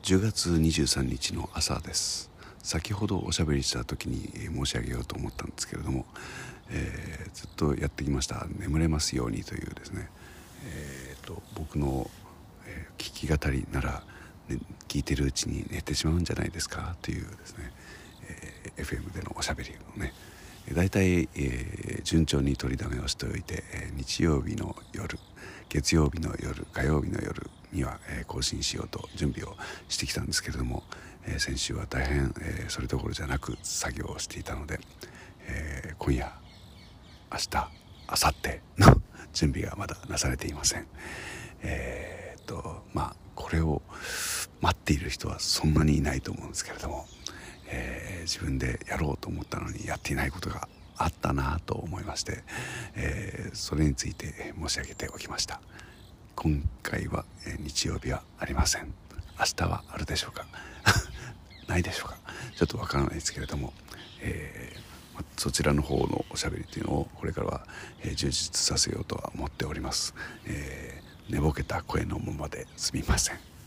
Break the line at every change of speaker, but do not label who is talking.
10月23日の朝です。先ほどおしゃべりした時に申し上げようと思ったんですけれども、ずっとやってきました眠れますようにというですね、僕の、聞き語りなら、聞いてるうちに寝てしまうんじゃないですかというですね、FM でのおしゃべりをね、だいたい順調に取りだめをしておいて、日曜日の夜、月曜日の夜、火曜日の夜には、更新しようと準備をしてきたんですけれども、先週は大変、それどころじゃなく作業をしていたので、今夜、明日、明後日の準備がまだなされていません。これを待っている人はそんなにいないと思うんですけれども、自分でやろうと思ったのにやっていないことがあったなと思いまして、それについて申し上げておきました。今回は、日曜日はありません。明日はあるでしょうかないでしょうか、ちょっとわからないですけれども、そちらの方のおしゃべりというのをこれからは、充実させようとは思っております。寝ぼけた声のままですみません。